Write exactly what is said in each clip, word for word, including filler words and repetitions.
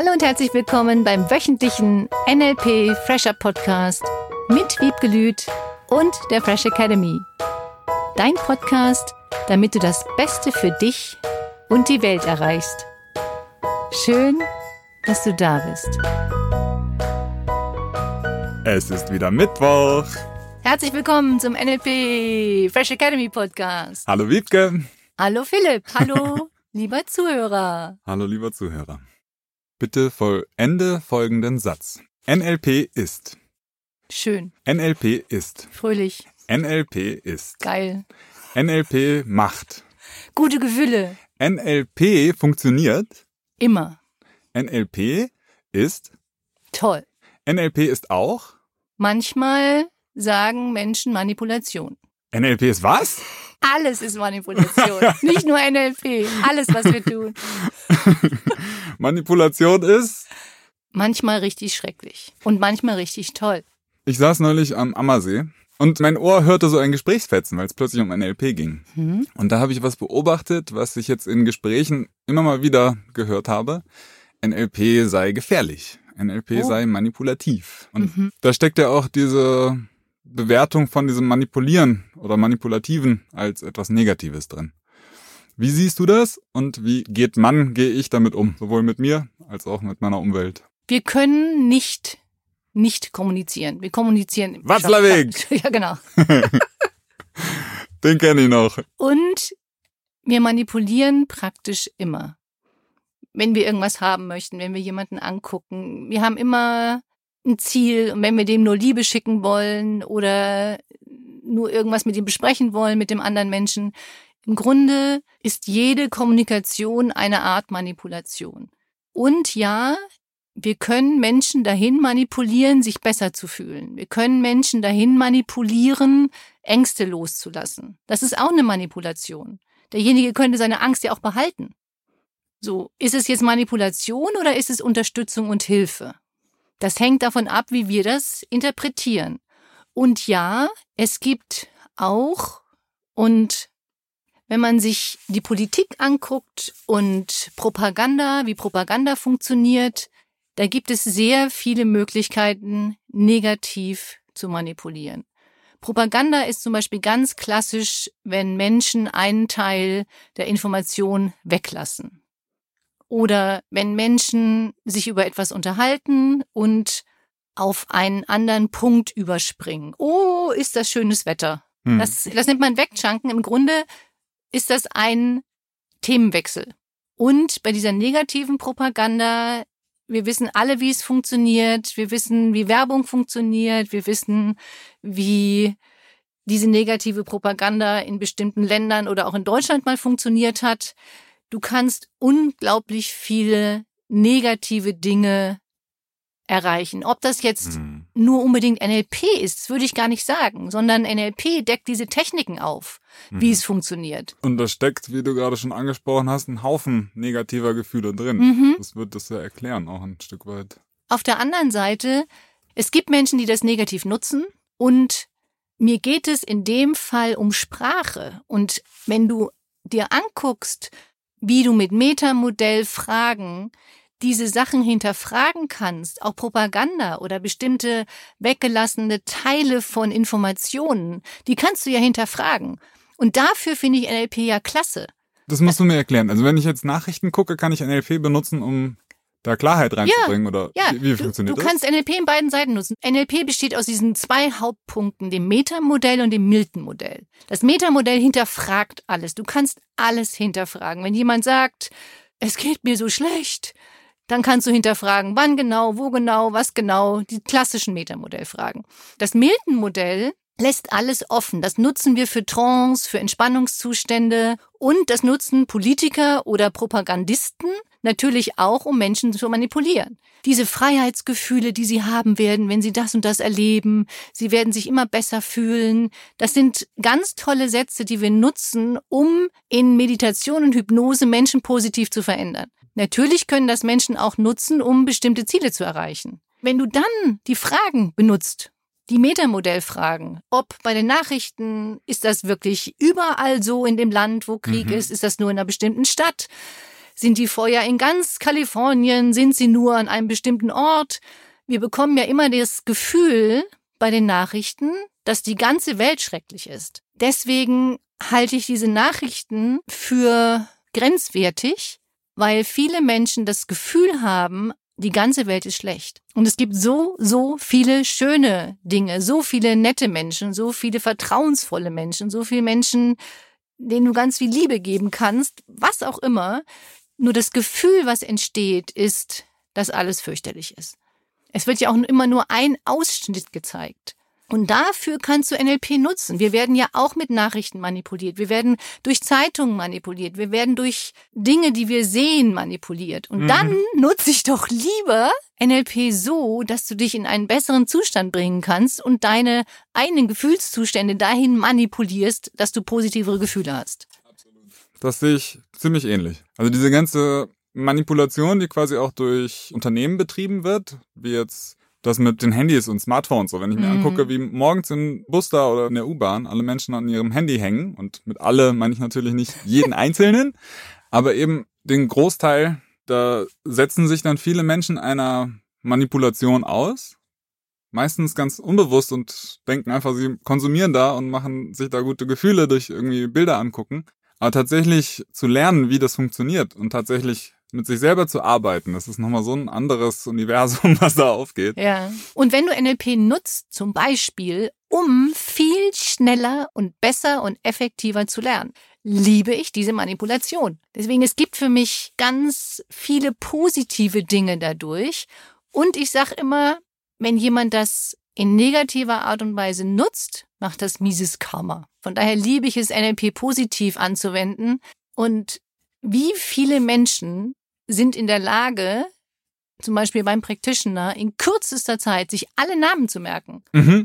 Hallo und herzlich willkommen beim wöchentlichen N L P Fresher Podcast mit Wiebke Lüth und der Fresh Academy. Dein Podcast, damit du das Beste für dich und die Welt erreichst. Schön, dass du da bist. Es ist wieder Mittwoch. Herzlich willkommen zum N L P Fresh Academy Podcast. Hallo Wiebke. Hallo Philipp. Hallo lieber Zuhörer. Hallo lieber Zuhörer. Bitte vollende folgenden Satz. N L P ist. Schön. N L P ist. Fröhlich. N L P ist. Geil. N L P macht. Gute Gefühle. N L P funktioniert. Immer. N L P ist. Toll. N L P ist auch. Manchmal sagen Menschen Manipulation. N L P ist was? Alles ist Manipulation. Nicht nur N L P. Alles, was wir tun. Manipulation ist? Manchmal richtig schrecklich. Und manchmal richtig toll. Ich saß neulich am Ammersee und mein Ohr hörte so ein Gesprächsfetzen, weil es plötzlich um N L P ging. Hm? Und da habe ich was beobachtet, was ich jetzt in Gesprächen immer mal wieder gehört habe. N L P sei gefährlich. N L P Oh. sei manipulativ. Und Mhm. da steckt ja auch diese Bewertung von diesem Manipulieren oder Manipulativen als etwas Negatives drin. Wie siehst du das und wie geht man, gehe ich damit um? Sowohl mit mir als auch mit meiner Umwelt. Wir können nicht nicht kommunizieren. Wir kommunizieren. Watzlawick! Ja, genau. Den kenne ich noch. Und wir manipulieren praktisch immer. Wenn wir irgendwas haben möchten, wenn wir jemanden angucken. Wir haben immer ein Ziel und wenn wir dem nur Liebe schicken wollen oder nur irgendwas mit ihm besprechen wollen, mit dem anderen Menschen. Im Grunde ist jede Kommunikation eine Art Manipulation. Und ja, wir können Menschen dahin manipulieren, sich besser zu fühlen. Wir können Menschen dahin manipulieren, Ängste loszulassen. Das ist auch eine Manipulation. Derjenige könnte seine Angst ja auch behalten. So, ist es jetzt Manipulation oder ist es Unterstützung und Hilfe? Das hängt davon ab, wie wir das interpretieren. Und ja, es gibt auch, und wenn man sich die Politik anguckt und Propaganda, wie Propaganda funktioniert, da gibt es sehr viele Möglichkeiten, negativ zu manipulieren. Propaganda ist zum Beispiel ganz klassisch, wenn Menschen einen Teil der Information weglassen. Oder wenn Menschen sich über etwas unterhalten und auf einen anderen Punkt überspringen. Oh, ist das schönes Wetter. Hm. Das, das nennt man Wegchunken. Im Grunde ist das ein Themenwechsel. Und bei dieser negativen Propaganda, wir wissen alle, wie es funktioniert. Wir wissen, wie Werbung funktioniert. Wir wissen, wie diese negative Propaganda in bestimmten Ländern oder auch in Deutschland mal funktioniert hat. Du kannst unglaublich viele negative Dinge erreichen. Ob das jetzt Hm. nur unbedingt N L P ist, das würde ich gar nicht sagen, sondern N L P deckt diese Techniken auf, wie Mhm. es funktioniert. Und da steckt, wie du gerade schon angesprochen hast, ein Haufen negativer Gefühle drin. Mhm. Das wird das ja erklären, auch ein Stück weit. Auf der anderen Seite, es gibt Menschen, die das negativ nutzen und mir geht es in dem Fall um Sprache. Und wenn du dir anguckst, wie du mit Metamodellfragen diese Sachen hinterfragen kannst, auch Propaganda oder bestimmte weggelassene Teile von Informationen, die kannst du ja hinterfragen. Und dafür finde ich N L P ja klasse. Das musst du mir erklären. Also wenn ich jetzt Nachrichten gucke, kann ich N L P benutzen, um da Klarheit reinzubringen? oder Ja, wie, wie du, funktioniert du das? kannst N L P in beiden Seiten nutzen. N L P besteht aus diesen zwei Hauptpunkten, dem Metamodell und dem Milton-Modell. Das Metamodell hinterfragt alles. Du kannst alles hinterfragen. Wenn jemand sagt, es geht mir so schlecht, dann kannst du hinterfragen, wann genau, wo genau, was genau, die klassischen Metamodellfragen. Das Milton-Modell lässt alles offen. Das nutzen wir für Trance, für Entspannungszustände und das nutzen Politiker oder Propagandisten natürlich auch, um Menschen zu manipulieren. Diese Freiheitsgefühle, die sie haben werden, wenn sie das und das erleben, sie werden sich immer besser fühlen. Das sind ganz tolle Sätze, die wir nutzen, um in Meditation und Hypnose Menschen positiv zu verändern. Natürlich können das Menschen auch nutzen, um bestimmte Ziele zu erreichen. Wenn du dann die Fragen benutzt, die Metamodellfragen, ob bei den Nachrichten, ist das wirklich überall so in dem Land, wo Krieg Mhm. ist, ist das nur in einer bestimmten Stadt, Sind die Feuer in ganz Kalifornien? Sind sie nur an einem bestimmten Ort? Wir bekommen ja immer das Gefühl bei den Nachrichten, dass die ganze Welt schrecklich ist. Deswegen halte ich diese Nachrichten für grenzwertig, weil viele Menschen das Gefühl haben, die ganze Welt ist schlecht. Und es gibt so, so viele schöne Dinge, so viele nette Menschen, so viele vertrauensvolle Menschen, so viele Menschen, denen du ganz viel Liebe geben kannst, was auch immer. Nur das Gefühl, was entsteht, ist, dass alles fürchterlich ist. Es wird ja auch immer nur ein Ausschnitt gezeigt. Und dafür kannst du N L P nutzen. Wir werden ja auch mit Nachrichten manipuliert. Wir werden durch Zeitungen manipuliert. Wir werden durch Dinge, die wir sehen, manipuliert. Und mhm. dann nutze ich doch lieber N L P so, dass du dich in einen besseren Zustand bringen kannst und deine eigenen Gefühlszustände dahin manipulierst, dass du positivere Gefühle hast. Absolut. Das sehe ich ziemlich ähnlich. Also diese ganze Manipulation, die quasi auch durch Unternehmen betrieben wird, wie jetzt das mit den Handys und Smartphones, so wenn ich mir mhm. angucke, wie morgens im Bus da oder in der U-Bahn alle Menschen an ihrem Handy hängen, und mit alle meine ich natürlich nicht jeden Einzelnen, aber eben den Großteil, da setzen sich dann viele Menschen einer Manipulation aus, meistens ganz unbewusst, und denken einfach, sie konsumieren da und machen sich da gute Gefühle durch irgendwie Bilder angucken. Aber tatsächlich zu lernen, wie das funktioniert und tatsächlich mit sich selber zu arbeiten, das ist nochmal so ein anderes Universum, was da aufgeht. Ja. Und wenn du N L P nutzt, zum Beispiel, um viel schneller und besser und effektiver zu lernen, liebe ich diese Manipulation. Deswegen, es gibt für mich ganz viele positive Dinge dadurch. Und ich sage immer, wenn jemand das in negativer Art und Weise nutzt, macht das mieses Karma. Von daher liebe ich es, N L P positiv anzuwenden. Und wie viele Menschen sind in der Lage, zum Beispiel beim Practitioner, in kürzester Zeit sich alle Namen zu merken. Mhm.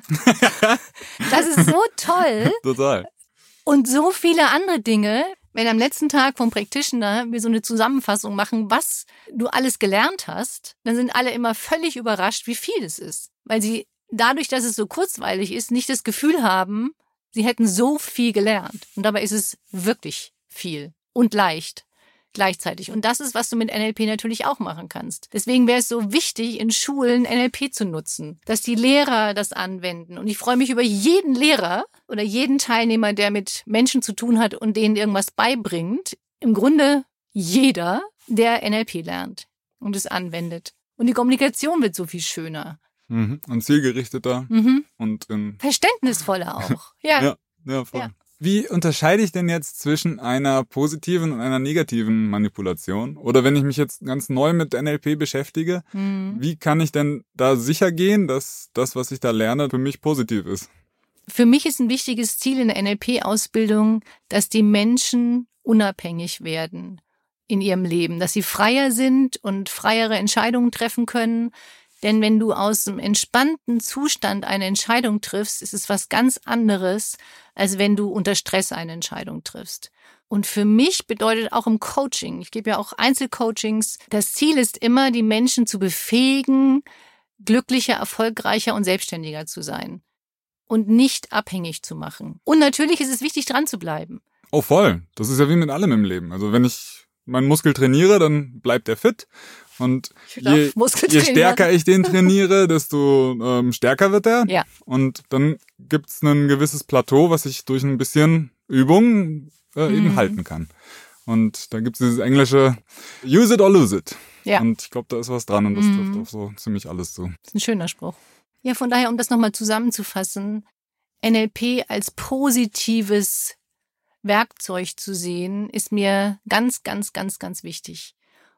Das ist so toll. Total. Und so viele andere Dinge, wenn am letzten Tag vom Practitioner wir so eine Zusammenfassung machen, was du alles gelernt hast, dann sind alle immer völlig überrascht, wie viel es ist. Weil sie dadurch, dass es so kurzweilig ist, nicht das Gefühl haben, sie hätten so viel gelernt. Und dabei ist es wirklich viel und leicht gleichzeitig. Und das ist, was du mit N L P natürlich auch machen kannst. Deswegen wäre es so wichtig, in Schulen N L P zu nutzen, dass die Lehrer das anwenden. Und ich freue mich über jeden Lehrer oder jeden Teilnehmer, der mit Menschen zu tun hat und denen irgendwas beibringt. Im Grunde jeder, der N L P lernt und es anwendet. Und die Kommunikation wird so viel schöner. Mhm. Und zielgerichteter mhm. und in verständnisvoller auch. Ja, ja, ja, voll. Ja. Wie unterscheide ich denn jetzt zwischen einer positiven und einer negativen Manipulation? Oder wenn ich mich jetzt ganz neu mit N L P beschäftige, mhm. wie kann ich denn da sicher gehen, dass das, was ich da lerne, für mich positiv ist? Für mich ist ein wichtiges Ziel in der N L P-Ausbildung, dass die Menschen unabhängig werden in ihrem Leben, dass sie freier sind und freiere Entscheidungen treffen können. Denn wenn du aus einem entspannten Zustand eine Entscheidung triffst, ist es was ganz anderes, als wenn du unter Stress eine Entscheidung triffst. Und für mich bedeutet auch im Coaching, ich gebe ja auch Einzelcoachings, das Ziel ist immer, die Menschen zu befähigen, glücklicher, erfolgreicher und selbstständiger zu sein und nicht abhängig zu machen. Und natürlich ist es wichtig, dran zu bleiben. Oh, voll. Das ist ja wie mit allem im Leben. Also wenn ich meinen Muskel trainiere, dann bleibt der fit. Und je, je stärker ich den trainiere, desto ähm, stärker wird er. Ja. Und dann gibt's ein gewisses Plateau, was ich durch ein bisschen Übung äh, eben mhm. halten kann. Und da gibt's dieses englische Use it or lose it. Ja. Und ich glaube, da ist was dran, und das mhm. trifft auf so ziemlich alles zu. Das ist ein schöner Spruch. Ja, von daher, um das nochmal zusammenzufassen, N L P als positives Werkzeug zu sehen, ist mir ganz, ganz, ganz, ganz wichtig.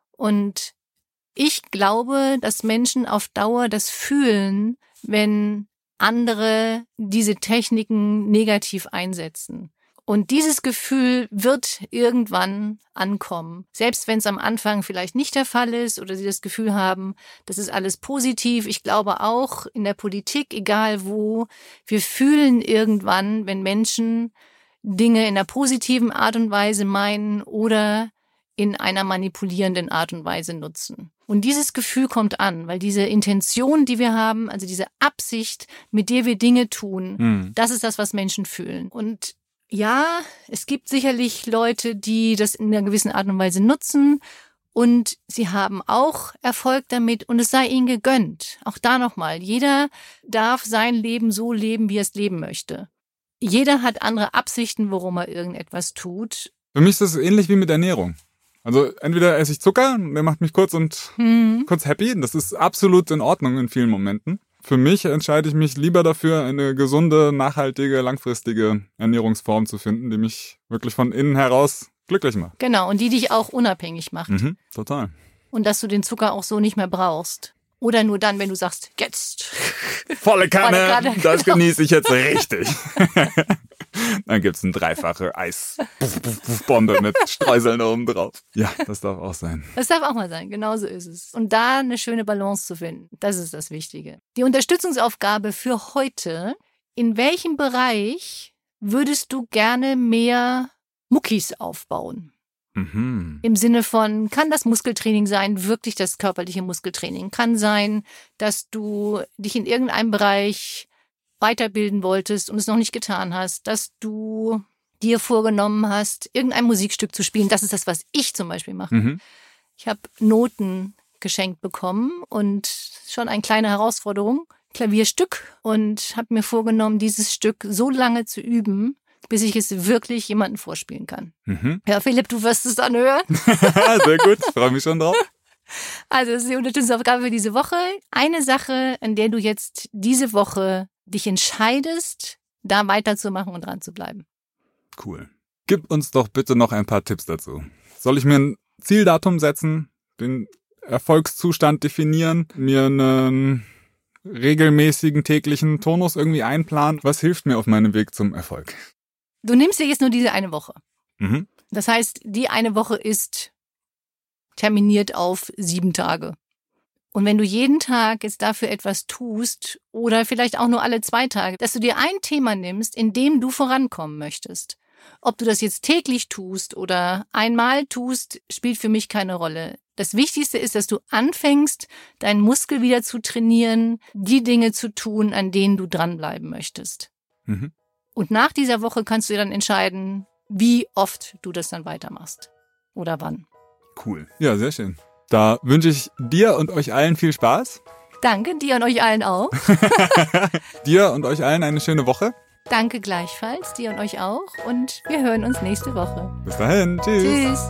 Und ich glaube, dass Menschen auf Dauer das fühlen, wenn andere diese Techniken negativ einsetzen. Und dieses Gefühl wird irgendwann ankommen. Selbst wenn es am Anfang vielleicht nicht der Fall ist oder sie das Gefühl haben, das ist alles positiv. Ich glaube auch in der Politik, egal wo, wir fühlen irgendwann, wenn Menschen Dinge in einer positiven Art und Weise meinen oder in einer manipulierenden Art und Weise nutzen. Und dieses Gefühl kommt an, weil diese Intention, die wir haben, also diese Absicht, mit der wir Dinge tun, mhm. das ist das, was Menschen fühlen. Und ja, es gibt sicherlich Leute, die das in einer gewissen Art und Weise nutzen und sie haben auch Erfolg damit und es sei ihnen gegönnt. Auch da nochmal, jeder darf sein Leben so leben, wie er es leben möchte. Jeder hat andere Absichten, warum er irgendetwas tut. Für mich ist das ähnlich wie mit Ernährung. Also entweder esse ich Zucker, der macht mich kurz und hm. kurz happy. Das ist absolut in Ordnung in vielen Momenten. Für mich entscheide ich mich lieber dafür, eine gesunde, nachhaltige, langfristige Ernährungsform zu finden, die mich wirklich von innen heraus glücklich macht. Genau, und die dich auch unabhängig macht. Mhm, total. Und dass du den Zucker auch so nicht mehr brauchst. Oder nur dann, wenn du sagst, jetzt. Volle Kanne, Volle Kanne das genau. Genieße ich jetzt richtig. Dann gibt's eine dreifache Eisbombe mit Streuseln oben drauf. Ja, das darf auch sein. Das darf auch mal sein, genau so ist es. Und da eine schöne Balance zu finden, das ist das Wichtige. Die Unterstützungsaufgabe für heute, in welchem Bereich würdest du gerne mehr Muckis aufbauen? Mhm. Im Sinne von, kann das Muskeltraining sein, wirklich das körperliche Muskeltraining? Kann sein, dass du dich in irgendeinem Bereich weiterbilden wolltest und es noch nicht getan hast, dass du dir vorgenommen hast, irgendein Musikstück zu spielen. Das ist das, was ich zum Beispiel mache. Mhm. Ich habe Noten geschenkt bekommen und schon eine kleine Herausforderung, Klavierstück, und habe mir vorgenommen, dieses Stück so lange zu üben, bis ich es wirklich jemandem vorspielen kann. Mhm. Ja, Philipp, du wirst es dann hören. Sehr gut, ich freue mich schon drauf. Also das ist die Unterstützungsaufgabe für diese Woche. Eine Sache, an der du jetzt diese Woche dich entscheidest, da weiterzumachen und dran zu bleiben. Cool. Gib uns doch bitte noch ein paar Tipps dazu. Soll ich mir ein Zieldatum setzen, den Erfolgszustand definieren, mir einen regelmäßigen täglichen Tonus irgendwie einplanen? Was hilft mir auf meinem Weg zum Erfolg? Du nimmst dir jetzt nur diese eine Woche. Mhm. Das heißt, die eine Woche ist terminiert auf sieben Tage. Und wenn du jeden Tag jetzt dafür etwas tust oder vielleicht auch nur alle zwei Tage, dass du dir ein Thema nimmst, in dem du vorankommen möchtest. Ob du das jetzt täglich tust oder einmal tust, spielt für mich keine Rolle. Das Wichtigste ist, dass du anfängst, deinen Muskel wieder zu trainieren, die Dinge zu tun, an denen du dranbleiben möchtest. Mhm. Und nach dieser Woche kannst du dir dann entscheiden, wie oft du das dann weitermachst oder wann. Cool. Ja, sehr schön. Da wünsche ich dir und euch allen viel Spaß. Danke, dir und euch allen auch. Dir und euch allen eine schöne Woche. Danke gleichfalls, dir und euch auch. Und wir hören uns nächste Woche. Bis dahin. Tschüss. Tschüss.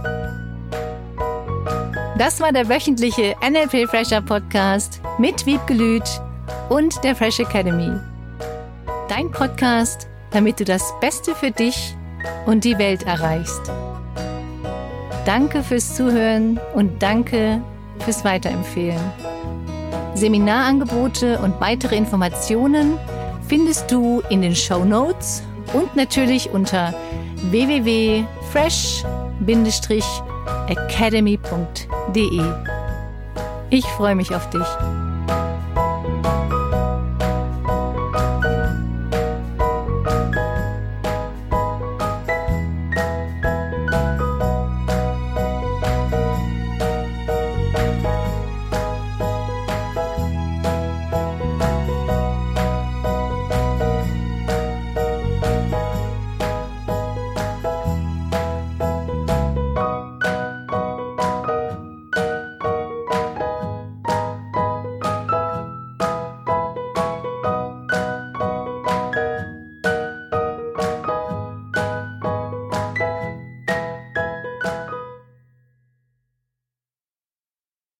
Das war der wöchentliche N L P Fresher Podcast mit Wiebke Lüth und der Fresh Academy. Dein Podcast, damit du das Beste für dich und die Welt erreichst. Danke fürs Zuhören und danke fürs Weiterempfehlen. Seminarangebote und weitere Informationen findest du in den Shownotes und natürlich unter w w w punkt fresh academy punkt d e. Ich freue mich auf dich.